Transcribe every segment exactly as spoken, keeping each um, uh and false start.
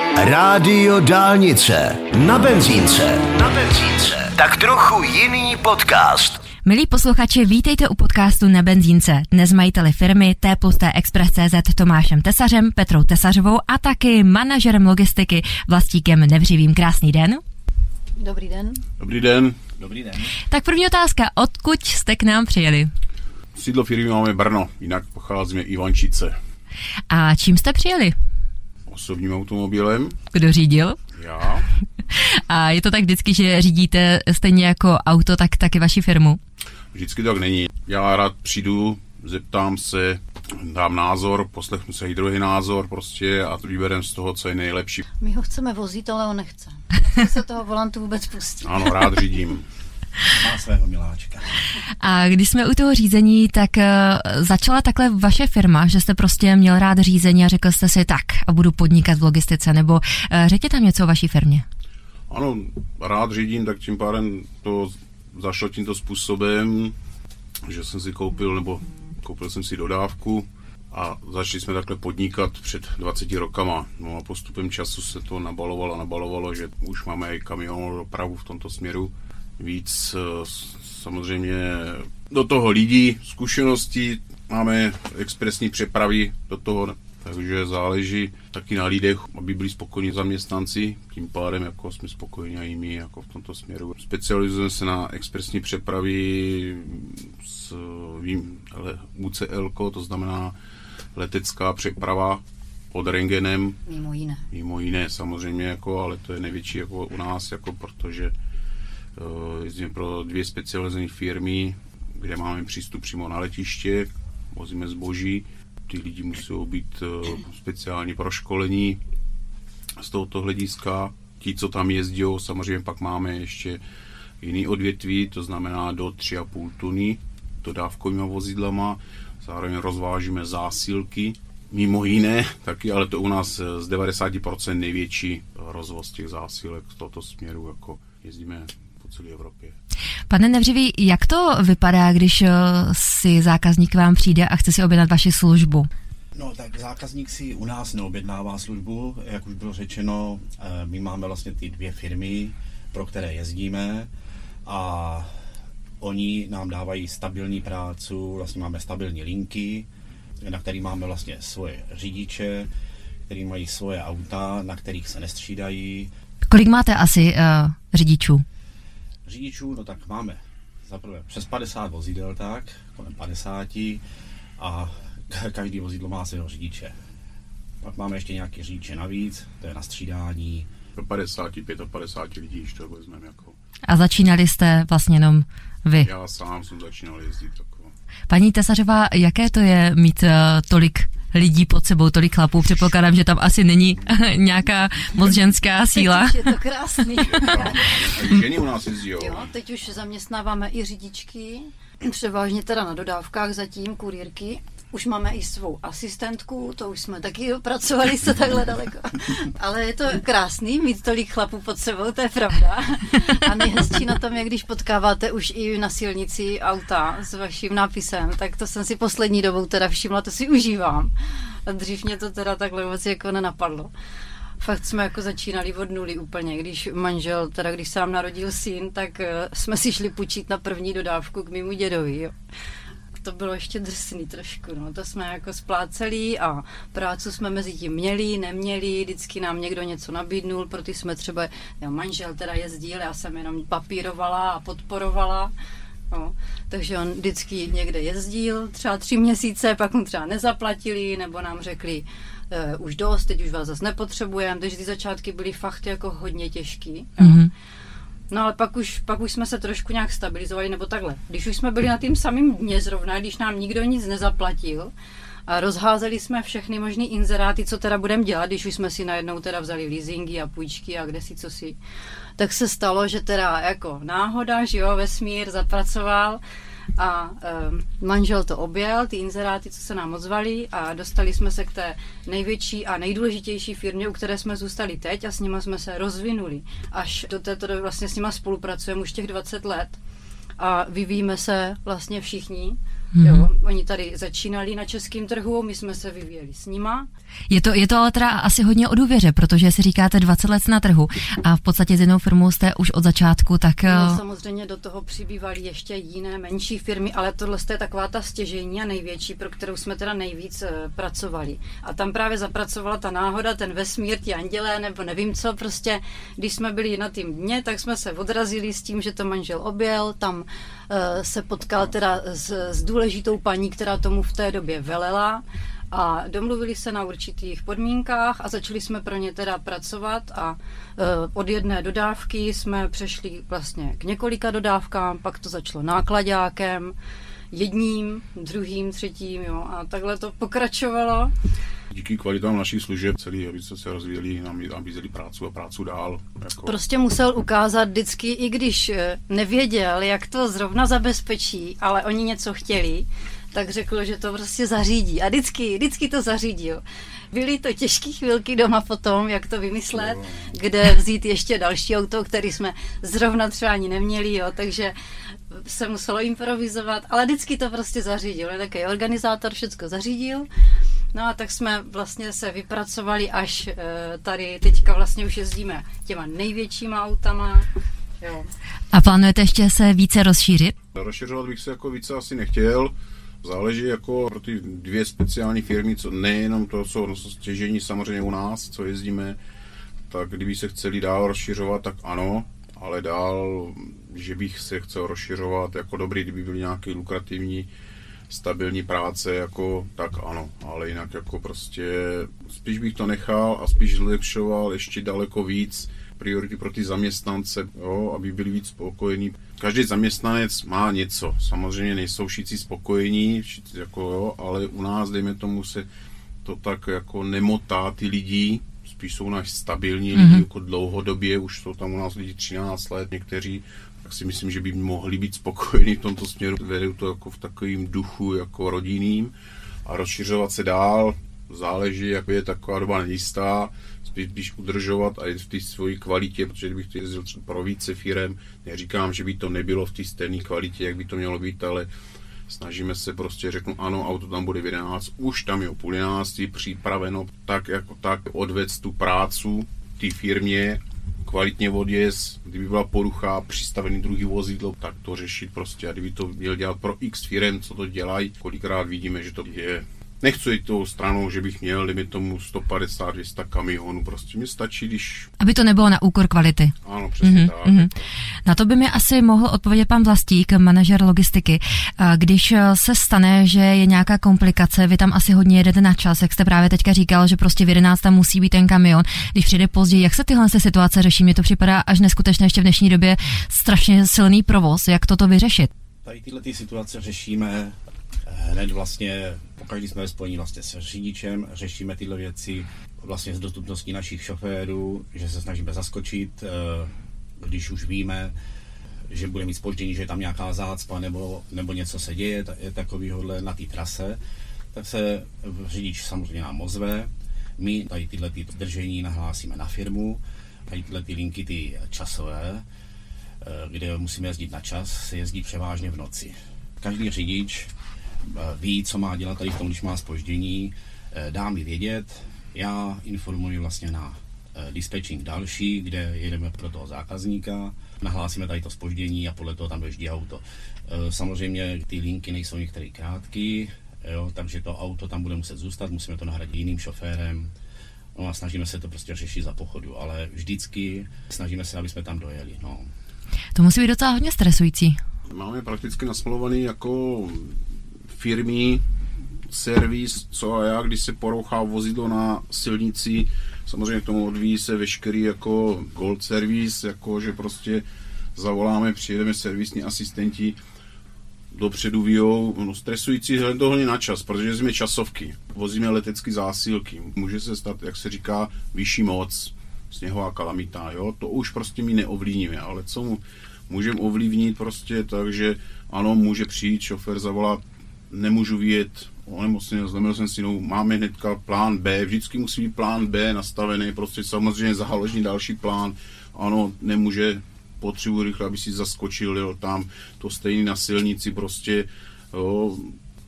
Rádio Dálnice na benzínce. Na benzínce. Tak trochu jiný podcast. Milí posluchači, vítejte u podcastu Na benzínce. Dnes majiteli firmy T plus T Express tečka cé zet Tomášem Tesařem, Petrou Tesařovou a taky manažerem logistiky Vlastíkem Nevřivým. Krásný den. Dobrý den. Dobrý den. Dobrý den. Tak první otázka, odkud jste k nám přijeli? Sídlo firmy máme Brno, jinak pocházíme Ivančice. A čím jste přijeli? Osobním automobilem. Kdo řídil? Já. A je to tak vždycky, že řídíte stejně jako auto, tak taky vaši firmu? Vždycky tak není. Já rád přijdu, zeptám se, dám názor, poslechnu se i druhý názor prostě a vyberem z toho, co je nejlepší. My ho chceme vozit, ale on nechce. Nechce se toho volantu vůbec pustit. Ano, rád řídím. Má svého miláčka. A když jsme u toho řízení, tak uh, začala takhle vaše firma, že jste prostě měl rád řízení a řekl jste si tak a budu podnikat v logistice, nebo uh, řekněte tam něco o vaší firmě. Ano, rád řídím, tak tím pádem to zašlo tímto způsobem, že jsem si koupil, nebo koupil jsem si dodávku a začali jsme takhle podnikat před dvaceti rokama. No a postupem času se to nabalovalo a nabalovalo, že už máme i kamionovou dopravu v tomto směru. Víc samozřejmě do toho lidí, zkušeností, máme expresní přepravy do toho, takže záleží taky na lidech, aby byli spokojení zaměstnanci, tím pádem jako jsme spokojení a i my jako v tomto směru. Specializujeme se na expresní přepravy s U C L, to znamená letecká přeprava pod rengenem. Mimo jiné. Mimo jiné samozřejmě, jako, ale to je největší jako u nás, jako, protože uh, jezdíme pro dvě specializované firmy, kde máme přístup přímo na letiště, vozíme zboží. Ty lidi musí být uh, speciálně proškolení z tohoto hlediska. Ti, co tam jezdí, samozřejmě pak máme ještě jiný odvětví, to znamená do tři a půl tuny dodávkovými vozidlama. Zároveň rozvážíme zásilky, mimo jiné taky, ale to u nás z devadesát procent největší rozvoz těch zásilek z tohoto směru, jako jezdíme po celé Evropě. Pane Nevřivý, jak to vypadá, když si zákazník k vám přijde a chce si objednat vaši službu? No tak zákazník si u nás neobjednává službu, jak už bylo řečeno, my máme vlastně ty dvě firmy, pro které jezdíme a oni nám dávají stabilní prácu, vlastně máme stabilní linky, na který máme vlastně svoje řidiče, který mají svoje auta, na kterých se nestřídají. Kolik máte asi uh, řidičů? Řidičů, no tak máme zaprvé přes padesát vozidel, tak, kolem padesáti a každý vozidlo má svého řidiče. Pak máme ještě nějaké řidiče navíc, to je na střídání. Pro padesát, padesát pět lidí, když to vezmeme jako. A začínali jste vlastně jenom vy? Já sám jsem začínal jezdit jako. Paní Tesařová, jaké to je mít uh, tolik lidí pod sebou, tolik chlapů? Předpokládám, že tam asi není nějaká moc ženská síla. Teď už je to krásný. Ženy u nás jezdí, jo. Jo, teď už zaměstnáváme i řidičky, převážně teda na dodávkách zatím, kurýrky. Už máme i svou asistentku, to už jsme taky pracovali se takhle daleko. Ale je to krásný mít tolik chlapů pod sebou, to je pravda. A nejhezčí na tom je, když potkáváte už i na silnici auta s vaším nápisem, tak to jsem si poslední dobou teda všimla, to si užívám. A dřív mě to teda takhle moc jako nenapadlo. Fakt jsme jako začínali od nuly úplně, když manžel, teda když se nám narodil syn, tak jsme si šli půjčit na první dodávku k mému dědovi, jo. To bylo ještě drsný trošku, no. To jsme jako spláceli a práci jsme mezi tím měli, neměli, vždycky nám někdo něco nabídnul, protože jsme třeba, jo, manžel teda jezdil, já jsem jenom papírovala a podporovala, no. Takže on vždycky někde jezdil, třeba tři měsíce, pak mu třeba nezaplatili, nebo nám řekli, uh, už dost, teď už vás zase nepotřebujeme, takže ty začátky byly fakt jako hodně těžký, mm-hmm. No ale pak už, pak už jsme se trošku nějak stabilizovali, nebo takhle. Když už jsme byli na tým samým dně zrovna, když nám nikdo nic nezaplatil a rozházeli jsme všechny možný inzeráty, co teda budeme dělat, když už jsme si najednou teda vzali leasingy a půjčky a kde si co si, tak se stalo, že teda jako náhoda, že jo, vesmír zapracoval a e, manžel to objel, ty inzeráty, co se nám ozvali a dostali jsme se k té největší a nejdůležitější firmě, u které jsme zůstali teď a s nima jsme se rozvinuli. Až do této vlastně s nima spolupracujeme už těch dvacet let a vyvíjíme se vlastně všichni. Mm-hmm. Jo, oni tady začínali na českém trhu, my jsme se vyvíjeli s nima. Je to, je to ale teda asi hodně o důvěře, protože si říkáte dvacet let na trhu a v podstatě s jednou firmou jste už od začátku, tak... No samozřejmě do toho přibývaly ještě jiné menší firmy, ale tohle je taková ta stěžejní a největší, pro kterou jsme teda nejvíc e, pracovali. A tam právě zapracovala ta náhoda, ten vesmír, ti andělé, nebo nevím co, prostě když jsme byli na tým dně, tak jsme se odrazili s tím, že to manžel objel, tam e, se potkal teda s, s důležitou paní, která tomu v té době velela a domluvili se na určitých podmínkách a začali jsme pro ně teda pracovat a e, od jedné dodávky jsme přešli vlastně k několika dodávkám, pak to začalo náklaďákem, jedním, druhým, třetím, jo, a takhle to pokračovalo. Díky kvalitám našich služeb celý, aby se rozvíjeli, nabízeli prácu a prácu dál. Jako... Prostě musel ukázat vždycky, i když nevěděl, jak to zrovna zabezpečí, ale oni něco chtěli, tak řekl, že to prostě zařídí. A vždycky, vždycky to zařídil. Byly to těžké chvilky doma potom, jak to vymyslet, no. Kde vzít ještě další auto, který jsme zrovna třeba ani neměli, jo, takže se muselo improvizovat, ale vždycky to prostě zařídil. Takový organizátor všecko zařídil. No a tak jsme vlastně se vypracovali až e, tady teďka vlastně už jezdíme těma největšíma autama. Jo. A plánujete ještě se více rozšířit? Rozšiřovat bych se jako více asi nechtěl. Záleží jako pro ty dvě speciální firmy, co nejenom to, co stěžení samozřejmě u nás, co jezdíme, tak kdyby se chceli dál rozšiřovat, tak ano, ale dál, že bych se chtěl rozšiřovat jako dobrý, kdyby byly nějaké lukrativní stabilní práce, jako, tak ano, ale jinak jako prostě spíš bych to nechal a spíš zlepšoval ještě daleko víc priority pro ty zaměstnance, jo, aby byli víc spokojení. Každý zaměstnanec má něco, samozřejmě nejsou všichni spokojení, všichni, jako, jo, ale u nás, dejme tomu, se to tak jako nemotá ty lidi, spíš jsou naši stabilní mm-hmm. lidi, jako dlouhodobě, už jsou tam u nás lidi třináct let, někteří, tak si myslím, že by mohli být spokojení v tomto směru. Vedou to jako v takovém duchu jako rodinným a rozšiřovat se dál, záleží, jak je taková doba nejistá, spíš, spíš udržovat a v té svojí kvalitě, protože kdybych to jezdil pro více firem, neříkám, že by to nebylo v té stejné kvalitě, jak by to mělo být, ale snažíme se prostě, řeknu ano, auto tam bude v jedenáct, už tam je o půl jedenáctý připraveno, tak jako tak odvést tu prácu té firmě, kvalitně odjezd, kdyby byla porucha, přistavený druhý vozidlo, tak to řešit prostě a kdyby to měl dělat pro x firem, co to dělají, kolikrát vidíme, že to je. Nechci jít tou stranou, že bych měl, dejme tomu sto padesát dvě stě kamionů, prostě mi stačí, když... Aby to nebylo na úkor kvality. Ano, přesně mm-hmm, tak. Mm-hmm. Na to by mi asi mohl odpovědět pan Vlastík, manažer logistiky. Když se stane, že je nějaká komplikace, vy tam asi hodně jedete na čas, jak jste právě teďka říkal, že prostě v jedenáct tam musí být ten kamion. Když přijde později, jak se tyhle situace řeší? Mně to připadá až neskutečné ještě v dnešní době strašně silný provoz, jak toto vyřešit? Tady tyhle ty situace řešíme hned vlastně, pokaždé jsme ve spojení vlastně s řidičem, řešíme tyhle věci vlastně s dostupností našich šoférů, že se snažíme zaskočit, když už víme, že bude mít zpoždění, že je tam nějaká zácpa nebo, nebo něco se děje takovýhodle na té trase, tak se řidič samozřejmě nám ozve. My tady tyhle ty držení nahlásíme na firmu, tady tyhle ty linky, ty časové, kde musíme jezdit na čas, se jezdí převážně v noci. Každý řidič ví, co má dělat tady v tom, když má zpoždění, dá mi vědět, já informuji vlastně na dispatching další, kde jedeme pro toho zákazníka, nahlásíme tady to zpoždění a podle toho tam dojíždí auto. Samozřejmě ty linky nejsou některé krátké, jo, takže to auto tam bude muset zůstat, musíme to nahradit jiným šoférem, no a snažíme se to prostě řešit za pochodu, ale vždycky snažíme se, aby jsme tam dojeli. No. To musí být docela hodně stresující. Máme prakticky nasmluvaný jako firmy, servis, co a jak, když se porouchá vozidlo na silnici, samozřejmě k tomu odvíjí se veškerý jako gold servis, jako že prostě zavoláme, přijedeme servisní asistenti, dopředu vyjou, no stresující hlavně na čas, protože jsme časovky, vozíme letecké zásilky, může se stát, jak se říká, vyšší moc, sněhová kalamita, jo, to už prostě my neovlivníme, ale co mu můžeme ovlivnit prostě, takže ano, může přijít, šofér zavolat, nemůžu vyjet, onemocněl, zlomil jsem si nohu, máme hnedka plán B, vždycky musí být plán B nastavený, prostě samozřejmě záložní další plán, ano, nemůže, potřebuji rychle, aby si zaskočil, jo, tam to stejný na silnici prostě, jo,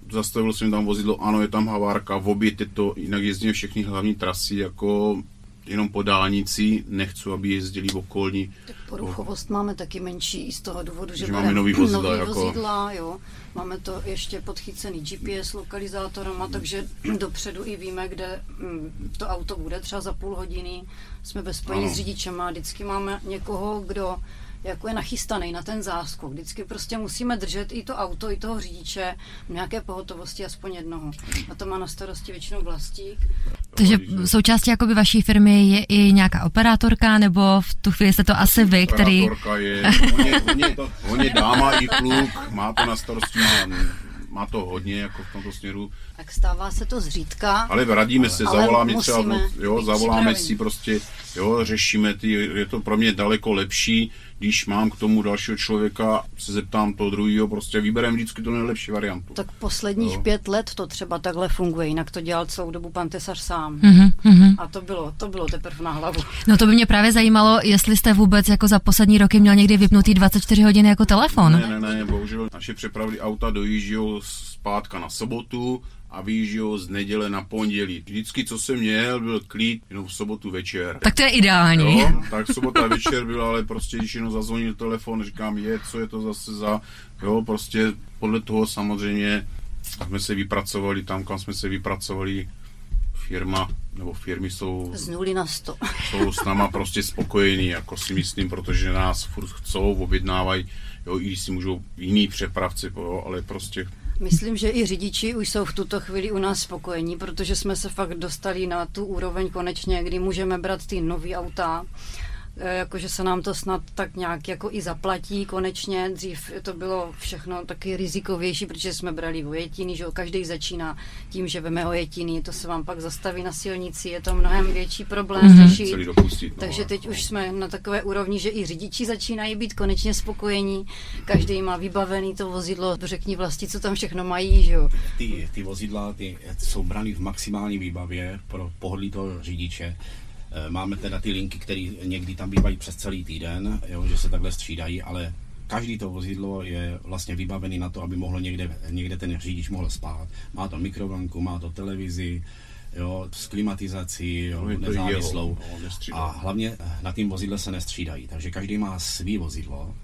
zastavil jsem tam vozidlo, ano, je tam havárka, v oběd je to, jinak jezdíme všechny hlavní trasy, jako jenom po dálnici, nechci, aby jezdili v okolní. Tak poruchovost o... máme taky menší z toho důvodu, že, že máme nový vozidla. Nový jako... vozidla, jo. Máme to ještě podchycený G P S lokalizátorem, takže dopředu i víme, kde to auto bude, třeba za půl hodiny. Jsme ve spojení s řidičem a vždycky máme někoho, kdo jako je nachystaný na ten záskok. Vždycky prostě musíme držet i to auto, i toho řidiče v nějaké pohotovosti aspoň jednoho. A to má na starosti většinou vlastník. Takže součástí jakoby vaší firmy je i nějaká operátorka, nebo v tu chvíli jste to asi vy, který... Operátorka je, on je, on je, on je dáma i kluk, má to na starosti, má, má to hodně jako v tomto směru. Tak stává se to zřídka. Ale radíme se, zavoláme třeba, jo, zavoláme připravení. si prostě, jo, řešíme ty, je to pro mě daleko lepší, když mám k tomu dalšího člověka, se zeptám toho druhého, prostě vybereme vždycky tu nejlepší variantu. Tak posledních jo. pět let to třeba takhle funguje, jinak to dělal celou dobu pan tesař sám. Mm-hmm. A to bylo, to bylo teprve na hlavu. No to by mě právě zajímalo, jestli jste vůbec jako za poslední roky měl někdy vypnutý dvacet čtyři hodin jako telefon. Ne, ne, ne, bohužel naše přepravy auta dojíždějí zpátka na sobotu a vyjíždějí z neděle na pondělí. Vždycky, co jsem měl, byl klid jenom v sobotu večer. Tak to je ideální. Jo, tak sobota večer byl, ale prostě, když jenom zazvonil telefon, říkám, je, co je to zase za, jo, prostě podle toho samozřejmě jsme se vypracovali tam, kam jsme se vypracovali, firma, nebo firmy jsou... Z nuly na sto. Jsou s náma prostě spokojení, jako si myslím, protože nás furt chcou, objednávají, jo, i když si můžou jiný přepravci, jo, ale prostě... Myslím, že i řidiči už jsou v tuto chvíli u nás spokojení, protože jsme se fakt dostali na tu úroveň konečně, kdy můžeme brát ty nový auta, jakože se nám to snad tak nějak jako i zaplatí konečně. Dřív to bylo všechno taky rizikovější, protože jsme brali ojetiny, že každý začíná tím, že veme ojetiny, to se vám pak zastaví na silnici, je to mnohem větší problém mm-hmm. řešit. Dopustit, no, Takže teď no. už jsme na takové úrovni, že i řidiči začínají být konečně spokojení, každý má vybavený to vozidlo, řekni vlasti, co tam všechno mají, že jo. Ty, ty vozidla ty jsou brany v maximální výbavě pro pohodlí toho řidiče. Máme teda ty linky, které někdy tam bývají přes celý týden, jo, že se takhle střídají, ale každý to vozidlo je vlastně vybavený na to, aby mohlo někde, někde ten řidič mohl spát. Má to mikrovlnku, má to televizi, jo, s klimatizací, jo, nezávislou. Jeho, a hlavně na tím vozidle se nestřídají, takže každý má svý vozidlo.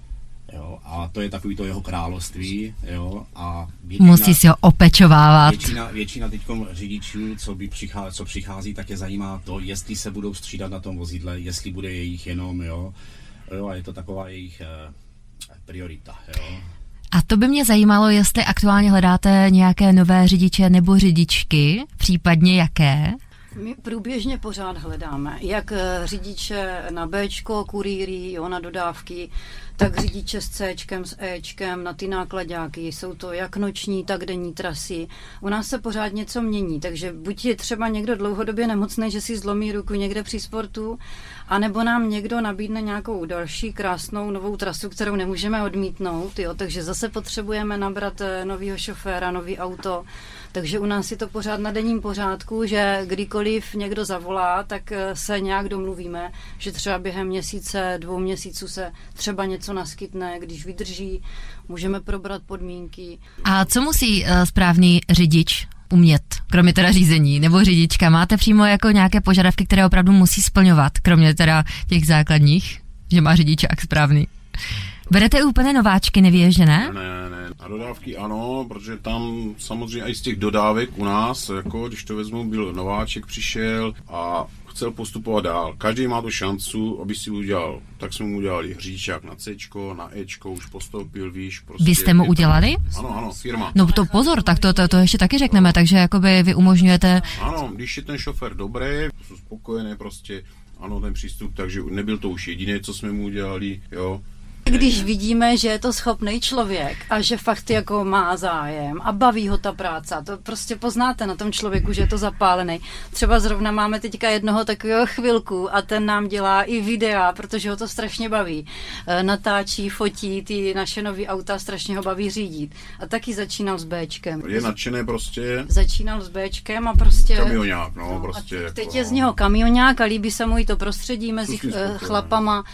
Jo, a to je takový to jeho království, jo, a většina, musí si ho opečovávat. Většina, většina teďkom řidičů, co, by přichází, co přichází, tak je zajímá to, jestli se budou střídat na tom vozidle, jestli bude jejich jenom, jo, jo, a je to taková jejich eh, priorita, jo. A to by mě zajímalo, jestli aktuálně hledáte nějaké nové řidiče nebo řidičky, případně jaké? My průběžně pořád hledáme, jak řidiče na Bčko, kurýry, jo, na dodávky, tak řidiče s Cčkem, s Ečkem, na ty nákladáky. Jsou to jak noční, tak denní trasy. U nás se pořád něco mění, takže buď je třeba někdo dlouhodobě nemocný, že si zlomí ruku někde při sportu, anebo nám někdo nabídne nějakou další krásnou novou trasu, kterou nemůžeme odmítnout, jo, takže zase potřebujeme nabrat novýho šoféra, nový auto. Takže u nás je to pořád na denním pořádku, že kdykoliv někdo zavolá, tak se nějak domluvíme, že třeba během měsíce, dvou měsíců se třeba něco naskytne, když vydrží, můžeme probrat podmínky. A co musí uh, správný řidič umět, kromě teda řízení nebo řidička? Máte přímo jako nějaké požadavky, které opravdu musí splňovat, kromě teda těch základních, že má řidičák správný? Berete úplně nováčky nevyježděné? Ne, ne, na dodávky ano, protože tam samozřejmě i z těch dodávek u nás, jako když to vezmu, byl nováček, přišel a chcel postupovat dál. Každý má tu šancu, aby si udělal. Tak jsme mu udělali řidičák na Cčko, na Ečko, už postoupil, víš. Prostě vy jste mu udělali? Tam, ano, ano, firma. No to pozor, tak to, to, to ještě taky řekneme, takže jakoby vy umožňujete... Ano, když je ten šofér dobrý, jsou spokojené prostě, ano, ten přístup, takže nebyl to už jediné, co jsme mu udělali, jo. Když vidíme, že je to schopný člověk a že fakt jako má zájem a baví ho ta práce, to prostě poznáte na tom člověku, že je to zapálený. Třeba zrovna máme teďka jednoho takového chvilku a ten nám dělá i videa, protože ho to strašně baví. Natáčí, fotí ty naše nový auta, strašně ho baví řídit. A taky začínal s Bčkem. Je nadšené prostě. Začínal s Bčkem a prostě... Kamionák, no, no prostě. Teď jako, je z něho kamionák a líbí se mu i to prostředí mezi chlapama.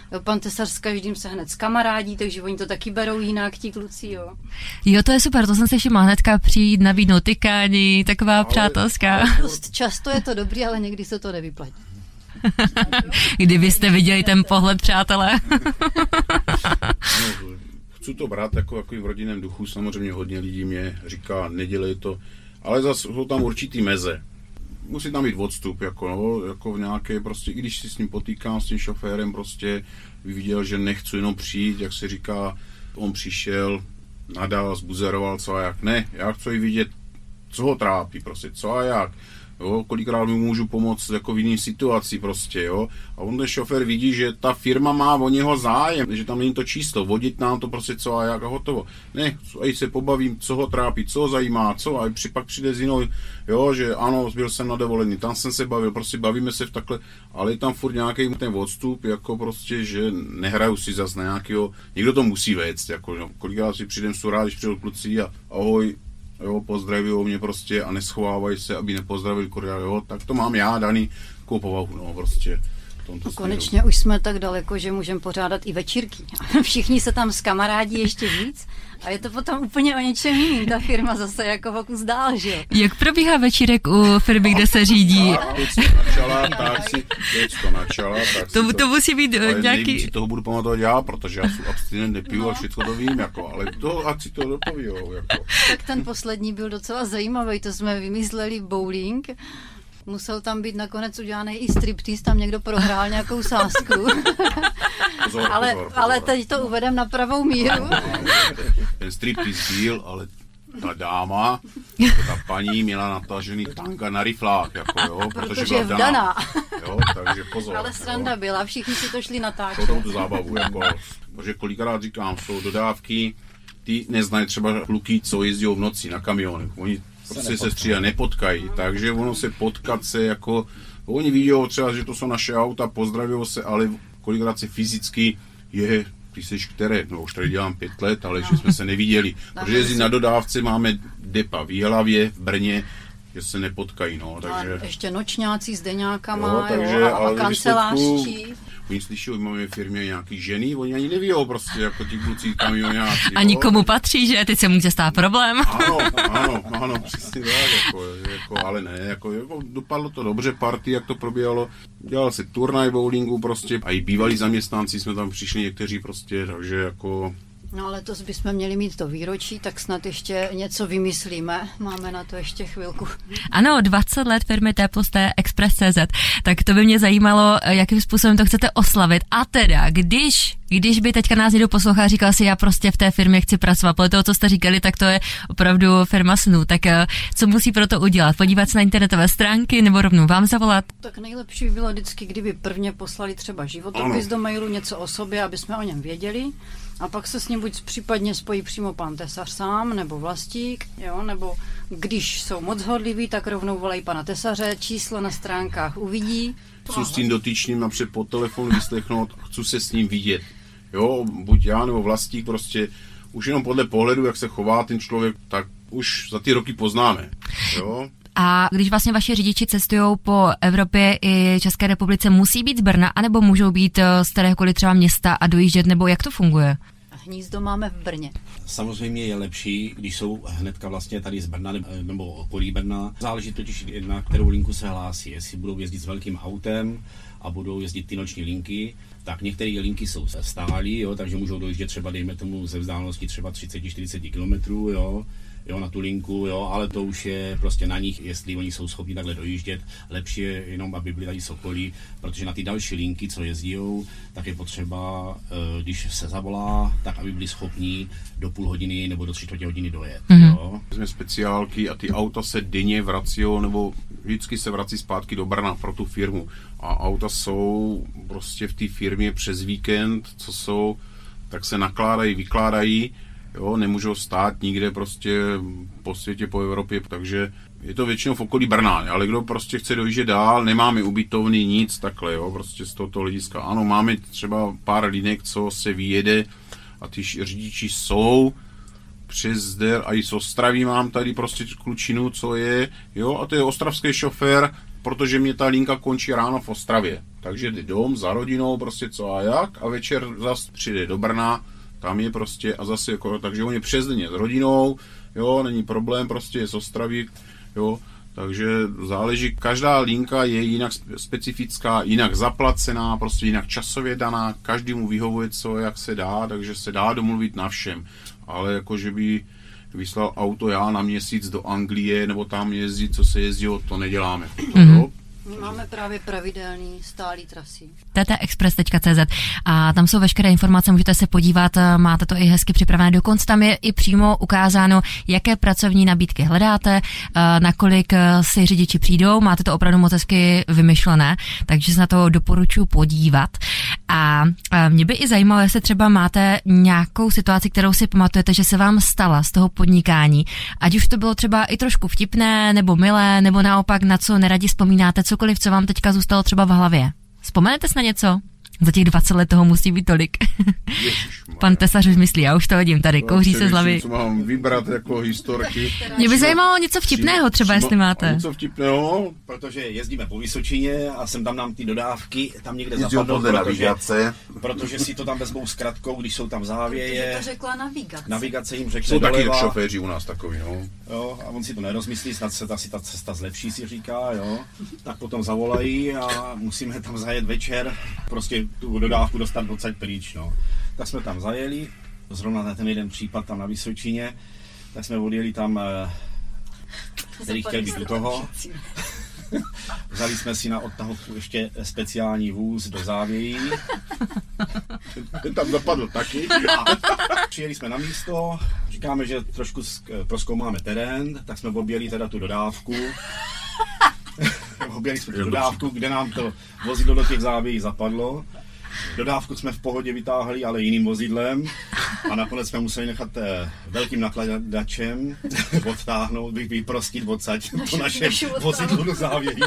Jo, pan tesař s každým se hned skamarádí, takže oni to taky berou jinak, ti kluci, jo. Jo, to je super, to jsem se všimla hnedka přijít, nabídnout tykání, taková ale, přátelská. Ale dost často je to dobrý, ale někdy se to nevyplatí. Kdybyste viděli ten pohled, přátelé. No, chci to brát jako, jako v rodinném duchu, samozřejmě hodně lidí mě říká, nedělej to, ale zase jsou tam určitý meze. Musí tam být odstup, jako, no, jako v nějaké, prostě, i když si s ním potýkám, s tím šoférem, prostě viděl, že nechci jenom přijít, jak se říká, on přišel, nadal, zbuzeroval, co a jak. Ne, já chci vidět, co ho trápí, prostě, co a jak. Jo, kolikrát mu můžu pomoct jako v jiný situaci prostě, jo. A on ten šofér vidí, že ta firma má o něho zájem, že tam není to číslo, vodit nám to prostě co a jak a hotovo. Ne, ať se pobavím, co ho trápí, co ho zajímá, co a pak přijde z jinou, jo, že ano, byl jsem na dovolení, tam jsem se bavil, prostě bavíme se v takhle, ale je tam furt nějaký ten odstup, jako prostě, že nehraju si zas na nějakého, někdo to musí vést, jako, no, kolikrát si přijdem surá, když přijde kluci a ahoj, jo, pozdravujou mě prostě a neschovávají se, aby nepozdravili korea, jo, tak to mám já daný takovou povahu, no, prostě. No, konečně už jsme tak daleko, že můžeme pořádat i večírky. Všichni se tam skamarádí ještě víc a je to potom úplně o něčem jiným. Ta firma zase jako o kus dál, že? Jak probíhá večírek u firmy, kde se řídí? A teď to načala, tak si, teď to načala, tak to, to, to musí být ale nějaký... nejvíc si toho budu pamatovat já, protože já jsem abstinent, nepiju no. A všechno to vím, jako, ale to, ať si to dopovíjou, jako. Tak ten poslední byl docela zajímavý, to jsme vymysleli bowling. Musel tam být nakonec udělaný i striptease, tam někdo prohrál nějakou sázku. Pozor, ale, pozor, pozor. ale teď to uvedem na pravou míru. Ten striptease byl, ale ta dáma, ta paní měla natažený tanga na riflách, jako jo, protože, protože byla vdaná. Jo, takže pozor. Ale sranda jo. byla, všichni si to šli natáčet. To tu zábavu, jako, protože kolikrát říkám, jsou dodávky, ty neznají třeba kluky, co jezdí v noci na kamionech. Oni prostě se střídají, nepotkají, takže ono se potkat se jako, oni vidí třeba, že to jsou naše auta, pozdravují se, ale kolikrát se fyzicky je, ty seš které, no už tady dělám pět let, ale že jsme se neviděli, protože jezdí na dodávce, máme depa v Jihlavě, v Brně, že se nepotkají, no, takže... A ještě nočňáci s deňákama, jo, takže, jo, a, a kancelářští. Oni slyší, že máme v firmě nějaký ženy, oni ani neví, prostě, jako ti kluci kamionáci. A nikomu patří, že? Teď se může stát problém. Ano, ano, ano, přesně tak, jako, jako, ale ne, jako, jako dopadlo to dobře, party, jak to probíhalo, dělal se turnaj bowlingu prostě, a i bývalí zaměstnanci jsme tam přišli někteří prostě, takže jako... No ale to bychom měli mít to výročí, tak snad ještě něco vymyslíme. Máme na to ještě chvilku. Ano, dvacet let firmy T plus T Express tečka cé zet. Tak to by mě zajímalo, jakým způsobem to chcete oslavit. A teda, když, když by teďka nás někdo poslouchal a říkal si, já prostě v té firmě chci pracovat, podle toho, co jste říkali, tak to je opravdu firma snů. Tak co musí pro to udělat? Podívat se na internetové stránky nebo rovnou vám zavolat? Tak nejlepší by bylo vždycky, kdyby prvně poslali třeba životopis do mailu, něco o sobě, aby jsme o něm věděli. A pak se s ním buď případně spojí přímo pan tesař sám, nebo vlastík, jo, nebo když jsou moc hodliví, tak rovnou volají pana tesaře, číslo na stránkách uvidí. Chci s tím dotyčným napřed po telefonu vyslechnout, chci se s ním vidět. Jo, buď já nebo vlastík, prostě už jenom podle pohledu, jak se chová ten člověk, tak už za ty roky poznáme. Jo. A když vlastně vaši řidiči cestují po Evropě i České republice, musí být z Brna, anebo můžou být z kteréhokoliv třeba města a dojíždět, nebo jak to funguje? Hnízdo máme v Brně. Samozřejmě je lepší, když jsou hnedka vlastně tady z Brna nebo okolí Brna. Záleží totiž, na kterou linku se hlásí. Jestli budou jezdit s velkým autem a budou jezdit ty noční linky, tak některé linky jsou stálí, jo, takže můžou dojíždět třeba, dejme tomu, ze vzdálenosti třeba třicet až čtyřicet kilometrů, jo. Jo, na tu linku, jo, ale to už je prostě na nich, jestli oni jsou schopni takhle dojíždět. Lepší je jenom, aby byli tady z okolí, protože na ty další linky, co jezdí, tak je potřeba, když se zavolá, tak aby byli schopni do půl hodiny nebo do tři čtvrtě hodiny dojet. Mm-hmm. Jo. Jsme speciálky a ty auta se denně vrací, nebo vždycky se vrací zpátky do Brna pro tu firmu. A auta jsou prostě v té firmě přes víkend, co jsou, tak se nakládají, vykládají. Jo, nemůžou stát nikde prostě po světě, po Evropě, takže je to většinou v okolí Brna, ale kdo prostě chce dojíždět dál, nemáme ubytovny, nic takhle, jo, prostě z tohoto hlediska. Ano, máme třeba pár linek, co se vyjede a ty řidiči jsou přes zde a i z Ostravy mám tady prostě klučinu, co je, jo, a to je ostravský šofér, protože mě ta linka končí ráno v Ostravě. Takže jde dom za rodinou, prostě co a jak, a večer zase přijde do Brna, tam je prostě a zase jako, takže on je přes den s rodinou, jo, není problém, prostě je z Ostravy, jo, takže záleží, každá linka je jinak specifická, jinak zaplacená, prostě jinak časově daná, každému vyhovuje co, jak se dá, takže se dá domluvit na všem, ale jako, že by vyslal auto já na měsíc do Anglie, nebo tam jezdit, co se jezdilo, to neděláme. To, mm-hmm. My máme právě pravidelný stálý trasy. t t express tečka c z a tam jsou veškeré informace, můžete se podívat, máte to i hezky připravené. Dokonce tam je i přímo ukázáno, jaké pracovní nabídky hledáte, nakolik si řidiči přijdou, máte to opravdu moc hezky vymyšlené, takže se na to doporučuji podívat. A mě by i zajímalo, jestli třeba máte nějakou situaci, kterou si pamatujete, že se vám stala z toho podnikání, ať už to bylo třeba i trošku vtipné, nebo milé, nebo naopak na co neradi vzpomínáte, cokoliv, co vám teďka zůstalo třeba v hlavě. Vzpomenete si na něco? Za těch dvacet let toho musí být tolik. Pan Tesař už myslí, já už to vidím tady, kouří se z hlavy. Co mám vybrat jako historky. Mě by zajímalo něco vtipného třeba, jestli máte. Něco vtipného? Protože jezdíme po Vysočině a jsem tam nám ty dodávky, tam někde Jezdil zapadlo, podle protože, navigace. protože si to tam vezmou s kratkou, když jsou tam závěje. Protože to řekla navigace. Navigace jim řekne Jsou taky doleva, šoféři u nás takový, no. jo, a on si to nerozmyslí, snad se asi ta cesta zlepší, si říká, jo. Tak potom zavolají a musíme tam zajet večer, prostě tu dodávku dostat odsaď pryč, no. Tak jsme tam zajeli, zrovna na ten jeden případ tam na Vysočině, tak jsme odjeli tam, který chtěl být u toho. Vzali jsme si na odtahovku ještě speciální vůz do závějí. Ten tam zapadl taky. A přijeli jsme na místo, říkáme, že trošku prozkoumáme terén, tak jsme objeli teda tu dodávku. Objeli jsme tu dodávku, kde nám to vozidlo do těch závějí zapadlo. Dodávku jsme v pohodě vytáhli, ale jiným vozidlem a nakonec jsme museli nechat eh, velkým nakladačem odtáhnout, vyprostit odsaď to naše vozidlo do závějí.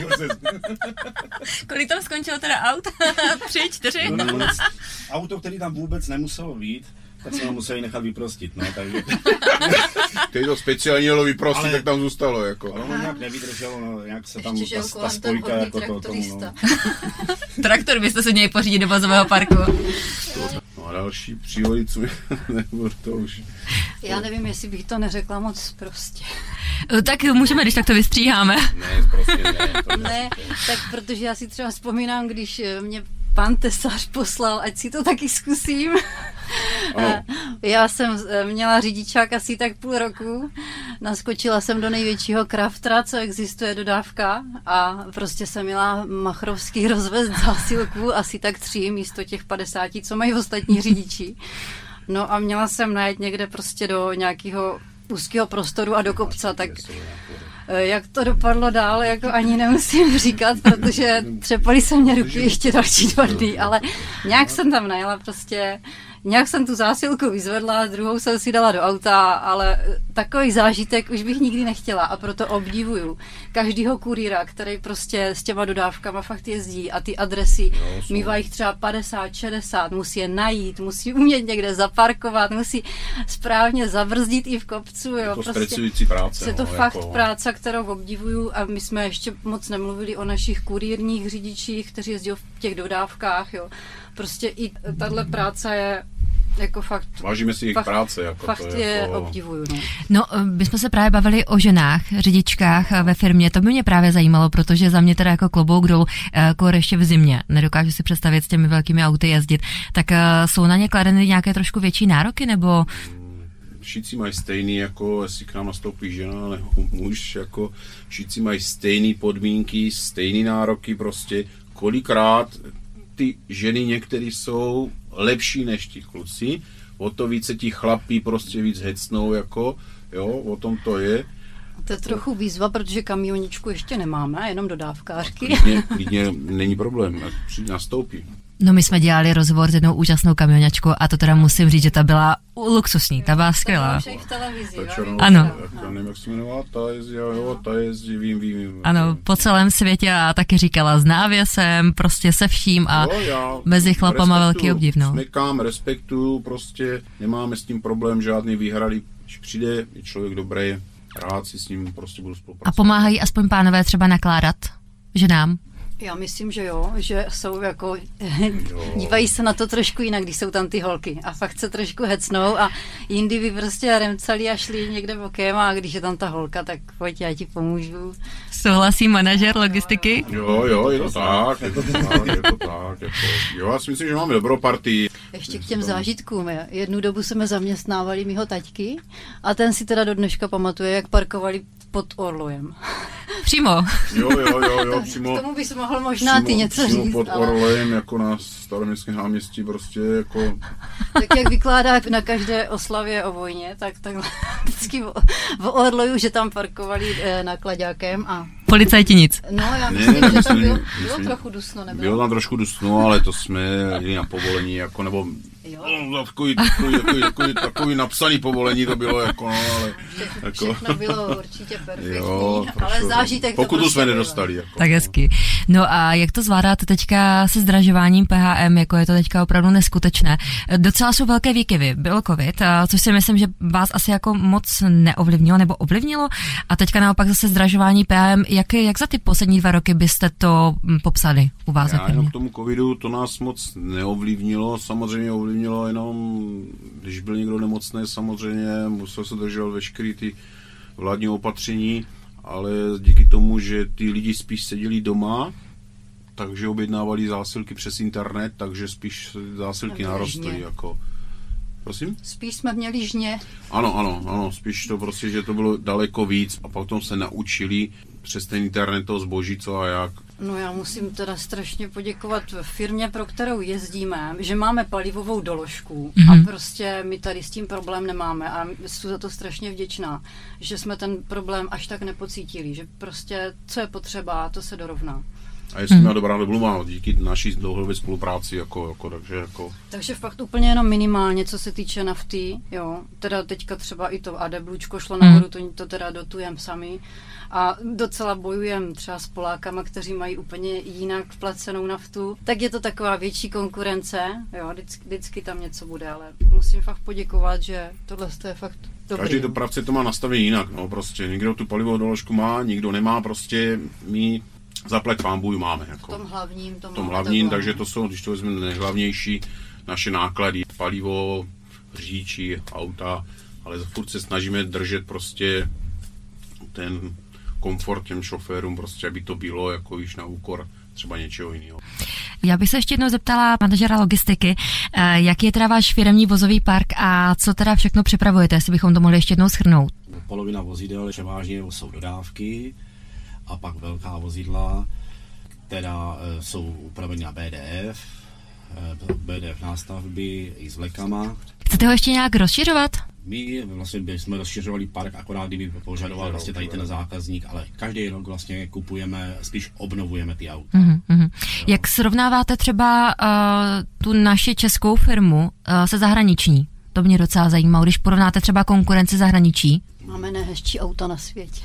Kolik tam skončilo teda aut? Tři, čtyři? No, nakonec auto, který tam vůbec nemuselo být, tak jsme ho museli nechat vyprostit, no, takže... Který to speciální jelo vyprostit, Ale- tak tam zůstalo, jako. Ale ono nějak nevydrželo, no, nějak se tam Ještě, že ta, ta spojka jako to tomu, no. Traktor byste se měli pořídit do vozového parku. No a další přívody, co mi nebo to už. Já nevím, jestli bych to neřekla moc prostě. Tak můžeme, když tak to vystříháme. Ne, prostě ne. To Ne, tak protože já si třeba vzpomínám, když mě pan tesař poslal, ať si to taky zkusím. Ano. Já jsem měla řidičák asi tak půl roku, naskočila jsem do největšího kraftra, co existuje, dodávka, a prostě jsem měla machrovský rozvez zásilku, asi tak tři místo těch padesáti, co mají ostatní řidiči. No a měla jsem najet někde prostě do nějakého úzkého prostoru a do kopca, tak jak to dopadlo dál, jako ani nemusím říkat, protože třepaly se mě ruky ještě další dva dny, ale nějak jsem tam najela prostě, nějak jsem tu zásilku vyzvedla, druhou jsem si dala do auta, ale takový zážitek už bych nikdy nechtěla a proto obdivuju každýho kurýra, který prostě s těma dodávkama fakt jezdí a ty adresy mývají třeba padesát, šedesát, musí je najít, musí umět někde zaparkovat, musí správně zabrzdit i v kopcu. Jo, je to prostě stresující práce. je to no, fakt jako... práce, kterou obdivuju, a my jsme ještě moc nemluvili o našich kurýrních řidičích, kteří jezdí v těch dodávkách, jo. Prostě i tahle práce je jako fakt... Vážíme si jejich fakt, práce. Jako fakt to je jako... obdivuju. No. No, my jsme se právě bavili o ženách, řidičkách ve firmě. To by mě právě zajímalo, protože za mě teda jako klobouk dolů, kor ještě v zimě, nedokážu si představit s těmi velkými auty jezdit, tak jsou na ně kladeny nějaké trošku větší nároky, nebo... Šici mají stejný, jako jestli k nám nastoupí žena nebo muž, jako šici mají stejné podmínky, stejné nároky prostě. Kolikrát ty ženy některé jsou lepší než ti kluci, o to více ti chlapí prostě víc hecnou, jako, jo, o tom to je. To je trochu výzva, protože kamioničku ještě nemáme, jenom dodávkářky. Klidně, klidně není problém, přijď nastoupí. No, my jsme dělali rozhovor s jednou úžasnou kamionačkou a to teda musím říct, že ta byla luxusní, ta byla skvělá. To v televizi, Ta jo? černou, Ano. Já nevím, jak se jmenovala, ta jezdí, jo, ta jezdí, vím, vím, vím. Ano, po celém světě a taky říkala s návěsem, prostě se vším a jo, já mezi chlapama respektuju, velký obdiv, no. Smekám, respektuju, prostě nemáme s tím problém, žádný výhrady. Když přijde, je člověk dobrý, rád si s ním prostě budu spolupracovat. A pomáhají aspoň pánové třeba nakládat? ženám? Já myslím, že jo, že jsou jako, dívají se na to trošku jinak, když jsou tam ty holky a fakt se trošku hecnou a jindy by prostě remcali a šli někde bokem a když je tam ta holka, tak pojď, já ti pomůžu. Souhlasí manažer logistiky? Jo, jo, je to tak, je to tak, je to tak. Jako, jo, já si myslím, že máme dobrou partii. Ještě k těm zážitkům. Jednu dobu jsme zaměstnávali mýho taťky a ten si teda do dneška pamatuje, jak parkovali pod Orlojem. Přímo. Jo, jo, jo, jo, přímo. K tomu bys mohl možná přímo, ty něco přímo říct. pod ale... Orlojem, jako na Staroměstském náměstí, prostě jako... Tak jak vykládá na každé oslavě o vojně, tak takhle vždycky v, v Orloju, že tam parkovali eh, naklaďákem a... Policajti nic. No, já Ne, myslím, ne, že tam myslím, bylo, myslím, bylo trochu dusno, nebylo? Bylo tam trošku dusno, ale to jsme jeli na povolení, jako, nebo Jo. no, takový, takový, takový, takový, takový napsaný povolení to bylo, jako, no, ale... Všechno, Jako, všechno bylo určitě perfektní, jo, ale prošlo. zážitek to Pokutu prostě jsme bylo. nedostali. Jako, Tak hezky. No a jak to zvládáte teďka se zdražováním P H M, jako je to teďka opravdu neskutečné? Docela jsou velké výkyvy, byl covid, což si myslím, že vás asi jako moc neovlivnilo nebo ovlivnilo a teďka naopak zase zdražování P H M, jak, jak za ty poslední dva roky byste to popsali u vás? Já jenom k tomu covidu to nás moc neovlivnilo, samozřejmě ovlivnilo jenom, když byl někdo nemocný, samozřejmě musel se držet veškerý ty vládní opatření, ale díky tomu, že ty lidi spíš seděli doma, takže objednávali zásilky přes internet, takže spíš zásilky narostly. Jako. Prosím? Spíš jsme měli žně. Ano, ano, ano, spíš to prostě, že to bylo daleko víc a potom se naučili přes ten internet to zboží, co a jak. No já musím teda strašně poděkovat firmě, pro kterou jezdíme, že máme palivovou doložku mm-hmm. a prostě my tady s tím problém nemáme a jsem za to strašně vděčná, že jsme ten problém až tak nepocítili, že prostě co je potřeba, to se dorovná. A jestli hmm. má dobrá domluva, díky naší dlouhodobé spolupráci, jako, jako, takže jako... Takže fakt úplně jenom minimálně, co se týče nafty, jo. Teda teďka třeba i to AdBlučko šlo nahoru, hmm. to, to teda dotujeme sami. A docela bojujeme třeba s Polákama, kteří mají úplně jinak placenou naftu. Tak je to taková větší konkurence, jo, vždycky, vždycky tam něco bude, ale musím fakt poděkovat, že tohle je fakt dobrý. Každý dopravce to má nastavený jinak, no, prostě. Někdo tu palivovou doložku má, nikdo nemá, prostě my zaplať pánbůj máme. Jako. V tom hlavním, tom, v tom hlavním, takže to jsou, když to vezmeme, nejhlavnější naše náklady, palivo, řidiči, auta, ale furt se snažíme držet prostě ten komfort těm šoférům, prostě, aby to bylo jako již na úkor třeba něčeho jiného. Já bych se ještě jednou zeptala manažera logistiky, jaký je teda váš firemní vozový park a co teda všechno připravujete, jestli bychom to mohli ještě jednou shrnout. Polovina vozidel převážně jsou dodávky a pak velká vozidla, která jsou upraveny na B D F, B D F nástavby i s vlekama. Chcete ho ještě nějak rozšiřovat? My vlastně jsme rozšiřovali park, akorát kdyby požadoval vlastně tady ten zákazník, ale každý rok vlastně kupujeme, spíš obnovujeme ty auta. Mm-hmm. Jak srovnáváte třeba uh, tu naši českou firmu uh, se zahraniční? To mě docela zajímá, když porovnáte třeba konkurenci zahraničí. Máme nejhezčí auta na světě.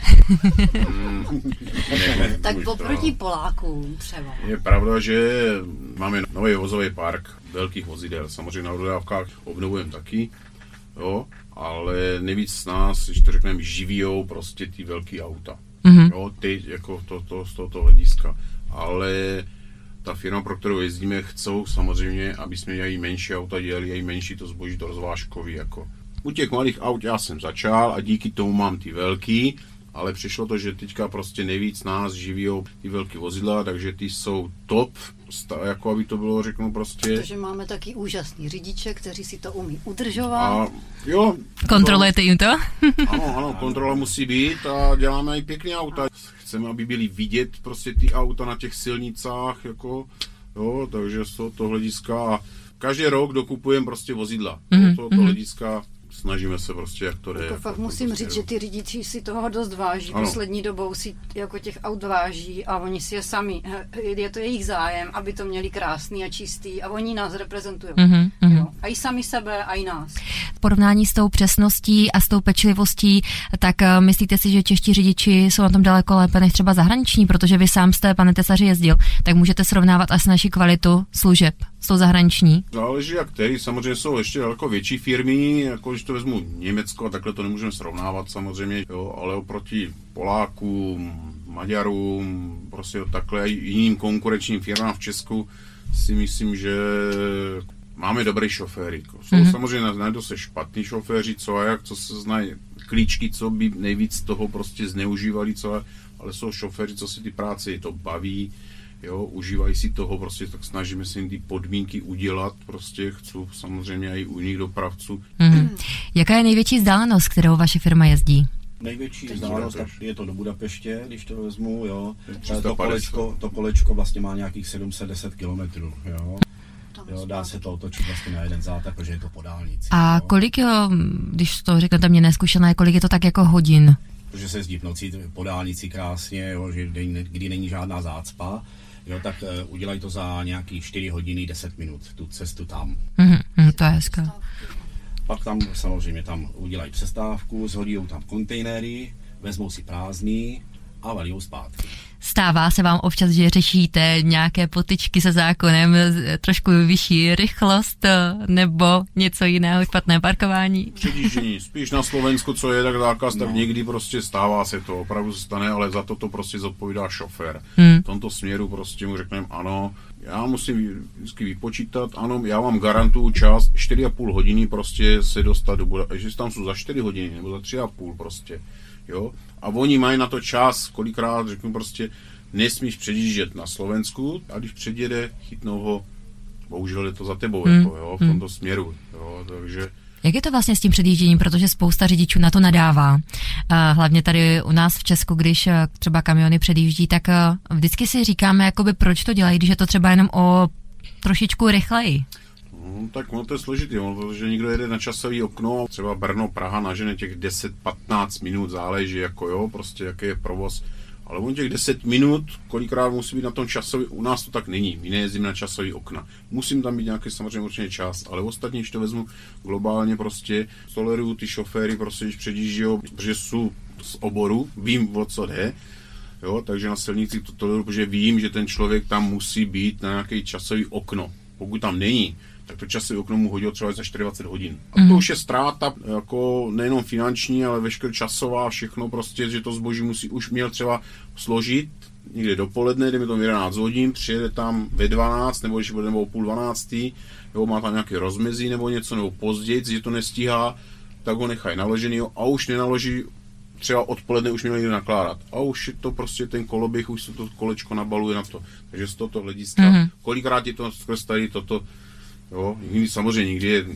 Tak poproti Polákům třeba. Je pravda, že máme nový vozový park velkých vozidel. Samozřejmě na dodávkách obnovujeme taky, jo, ale nejvíc z nás, když to řekneme, živijou prostě ty velký auta. Mm-hmm. Jo, ty jako to, to, z tohoto hlediska. Ale ta firma, pro kterou jezdíme, chcou samozřejmě, aby jsme její menší auta dělali, její menší to zboží, to rozvážkový. Jako. U těch malých aut já jsem začal a díky tomu mám ty velký, ale přišlo to, že teďka prostě nejvíc nás živijou ty velký vozidla, takže ty jsou top, jako aby to bylo, řeknu prostě. Protože máme taky úžasný řidiče, kteří si to umí udržovat. A jo. Kontrolujete jim to? Ano, ano, kontrola musí být a děláme i pěkný auta. Chceme, aby byly vidět prostě ty auta na těch silnicách, jako, jo, takže z tohoto hlediska každý rok dokupujeme prostě vozidla. Mm-hmm. Z tohoto hlediska snažíme se prostě, jak to jde. Jako fakt musím říct, že ty řidiči si toho dost váží. Ano. Poslední dobou si jako těch aut váží a oni si je sami, je to jejich zájem, aby to měli krásný a čistý a oni nás reprezentují. Mm-hmm. Jo. A i sami sebe, a i nás. V porovnání s tou přesností a s tou pečlivostí, tak myslíte si, že čeští řidiči jsou na tom daleko lépe než třeba zahraniční, protože vy sám jste, pane tesaři, jezdil, tak můžete srovnávat asi naši kvalitu služeb s tou zahraniční? Záleží jak který, samozřejmě jsou ještě daleko větší firmy, jako když to vezmu Německo, a takhle to nemůžeme srovnávat samozřejmě, jo, ale oproti Polákům, Maďarům, prostě takhle jiným konkurenčním firmám v Česku si myslím, že máme dobrý šoféry. Jsou mm-hmm. samozřejmě najdou se špatní šoféři, co a jak, co se znají klíčky, co by nejvíc toho prostě zneužívali, co a, ale jsou šoféři, co si ty práce je to baví, jo, užívají si toho, prostě tak snažíme se jim ty podmínky udělat, prostě chci samozřejmě i u jiných dopravců. Mm-hmm. Jaká je největší vzdálenost, kterou vaše firma jezdí? Největší vzdálenost je to do Budapeště, když to vezmu, jo. To kolečko, to kolečko vlastně má nějakých sedm set deset kilometrů, jo. Jo, dá se to otočit vlastně na jeden zátah, protože je to po dálnici. A jo. Kolik, jo, když to řeknete mě neskušené, kolik je to tak jako hodin? Protože se jezdí v noci po dálnici krásně, jo, že kdy není žádná zácpa, jo, tak uh, udělají to za nějaký čtyři hodiny deset minut, tu cestu tam. Mm-hmm, to je hezké. Pak tam samozřejmě tam udělají přestávku, zhodí tam kontejnery, vezmou si prázdný a valí zpátky. Stává se vám občas, že řešíte nějaké potyčky se zákonem, trošku vyšší rychlost nebo něco jiného, špatné parkování? Předjíždění. Spíš na Slovensku, co je tak zákaz, tak no. Někdy prostě stává se to, opravdu se stane, ale za to to prostě zodpovídá šofér. Hmm. V tomto směru prostě mu řekneme ano, já musím vždycky vypočítat, ano, já vám garantuju čas čtyři a půl hodiny prostě se dostat do Budapešti, že tam jsou za čtyři hodiny nebo za tři a půl prostě. Jo? A oni mají na to čas, kolikrát řeknu prostě, nesmíš předjíždět na Slovensku, a když předjede, chytnou ho, bohužel je to za tebou, hmm. jako, jo, v tomto hmm. směru. Jo, takže... Jak je to vlastně s tím předjížděním, protože spousta řidičů na to nadává. Hlavně tady u nás v Česku, když třeba kamiony předjíždí, tak vždycky si říkáme, jakoby, proč to dělají, když je to třeba jenom o trošičku rychleji. No, tak ono to je složitý, protože někdo jede na časový okno, třeba Brno, Praha nažene těch deset patnáct minut, záleží jako jo, prostě jaký je provoz, ale on těch deset minut, kolikrát musí být na tom časový, u nás to tak není, my nejezdíme na časový okna, musím tam být nějaký samozřejmě určitě čas, ale ostatní, když to vezmu globálně prostě, toleruju ty šoféry prostě, když předjíždějou, protože jsou z oboru, vím, o co jde, jo, takže na silnici to toleruju, protože vím, že ten člověk tam musí být na nějaký časový okno, pokud tam není, tak to časové okno mu hodilo třeba za dvacet čtyři hodin. A to už je ztráta, jako nejenom finanční, ale veškeré časová, všechno prostě, že to zboží musí už měl třeba složit někde dopoledne, jdeme to v jedenáct hodin, přijede tam ve dvanáct, nebo když bude nebo půl dvanáctý, nebo má tam nějaké rozmezí nebo něco, nebo později, že to nestíhá, tak ho nechají naložený a už nenaloží, třeba odpoledne už měl někde nakládat. A už je to prostě ten koloběh, už se to kolečko nabaluje na to. Takže z tohoto hlediska, mm-hmm. kolikrát je to skrz tady toto. Jo, někdy samozřejmě někdy je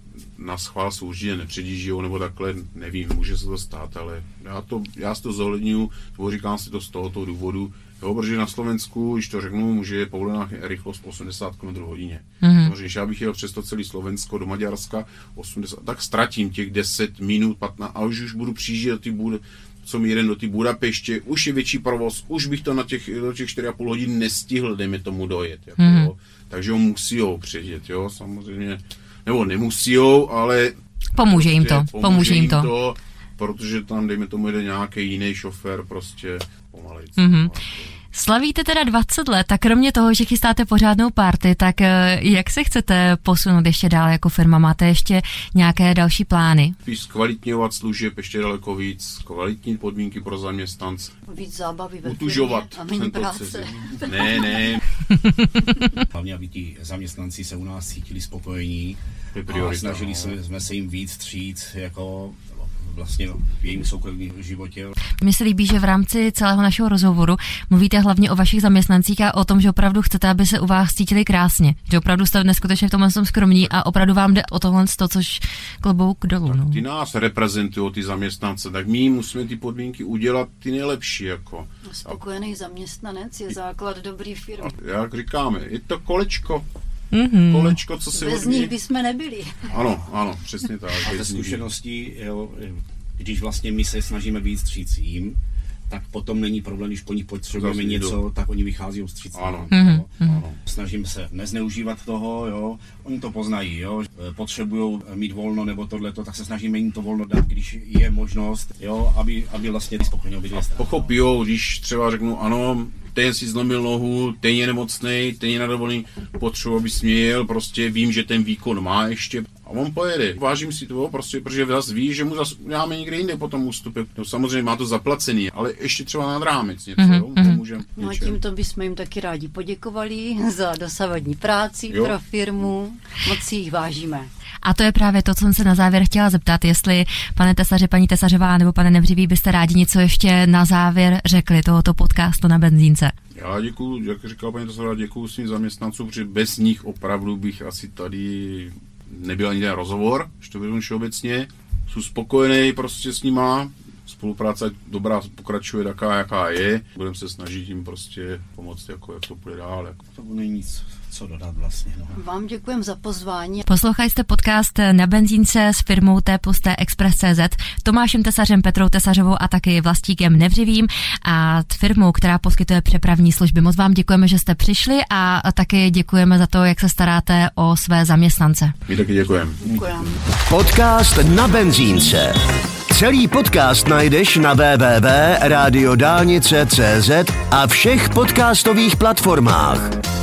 na schvál jsou určitě nepředjíždějou nebo takhle, nevím, může se to stát, ale já, to, já si to zohledňuju, nebo říkám si to z tohoto důvodu, jo, protože na Slovensku, když to řeknu, může je povolená rychlost osmdesát kilometrů hodině. Mm-hmm. Protože když já bych jel přes to celé Slovensko do Maďarska, osmdesát, tak ztratím těch deset minut, patnáct, a už, už budu přijíždět do ty Bud, co mi jeden do ty Budapeště, už je větší provoz, už bych to na těch, do těch čtyři a půl hodin nestihl, dejme tomu dojet, jako, mm-hmm. jo. Takže ho musí ho předjet, jo, samozřejmě, nebo nemusí ho, ale... Pomůže jim to, pomůže, pomůže jim to. to. Protože tam, dejme tomu, jde nějaký jiný šofér, prostě pomalejc. Mm-hmm. Slavíte teda dvacet let, tak kromě toho, že chystáte pořádnou party, tak jak se chcete posunout ještě dál jako firma? Máte ještě nějaké další plány? Spíš zkvalitňovat služeb ještě daleko víc, kvalitní podmínky pro zaměstnance. Víc zábavy ve utužovat firmě a méně práce. Ne, ne. Hlavně, aby ti zaměstnanci se u nás cítili spokojení a snažili jsme, jsme se jim víc vstříc, jako vlastně v jejím soukromém životě. Mně se líbí, že v rámci celého našeho rozhovoru mluvíte hlavně o vašich zaměstnancích a o tom, že opravdu chcete, aby se u vás cítili krásně. Že opravdu jste neskutečně v tomhle tom skromní a opravdu vám jde o tohle, což klobouk dolů. No. Ty nás reprezentují, ty zaměstnance, tak my musíme ty podmínky udělat ty nejlepší. Jako. Spokojený zaměstnanec je základ dobrý firmy. Jak říkáme, je to kolečko. Mm-hmm. Kolečko, co se bez nich bychom nebyli. Ano, ano, přesně tak. A ze zkušeností, jo, když vlastně my se snažíme víc vstříc jim, tak potom není problém, když po nich potřebujeme Zase něco, jdou. tak oni vychází vstříc. Ano. Jo. Ano. Snažím se nezneužívat toho, jo. Oni to poznají, jo. Potřebují mít volno nebo tohleto, tak se snažíme jim to volno dát, když je možnost, jo, aby, aby vlastně spokojně obě dvě strany. Pochopijou, když třeba řeknu, ano, ten si zlomil nohu, ten je nemocnej, ten je na dovolený, potřebuji, aby směl, prostě vím, že ten výkon má ještě a on pojede. Vážím si toho, prostě, protože zase ví, že mu zase uděláme někde jinde potom ústupy. No, samozřejmě má to zaplacený, ale ještě třeba nad rámec něco, Mm-hmm. jo, pomůžem. No a něčem. tímto bychom jim taky rádi poděkovali za dosavadní práci Jo. pro firmu. Moc si jich vážíme. A to je právě to, co jsem se na závěr chtěla zeptat, jestli pane Tesaři, paní Tesařová nebo pane Nevřivý byste rádi něco ještě na závěr řekli tohoto podcastu Na benzínce. Já děkuju, jak říkal paní Tesařová, děkuju svým zaměstnancům, protože bez nich opravdu bych asi tady nebyl ani ten rozhovor, že to budu všeobecně. Jsou spokojený prostě s nima, spolupráce dobrá pokračuje taká, jaká je. Budeme se snažit jim prostě pomoct, jako, jak to půjde dál. Jako. To není nic, co dodat vlastně. No. Vám děkujeme za pozvání. Poslouchali jste podcast Na benzínce s firmou T plus T Express tečka cé zet, Tomášem Tesařem, Petrou Tesařovou a taky Vlastíkem Nevřivým a firmou, která poskytuje přepravní služby. Moc vám děkujeme, že jste přišli a taky děkujeme za to, jak se staráte o své zaměstnance. My taky děkujeme. Děkujeme. Podcast Na benzínce. Celý podcast najdeš na w w w tečka radiodálnice tečka cé zet a všech podcastových platformách.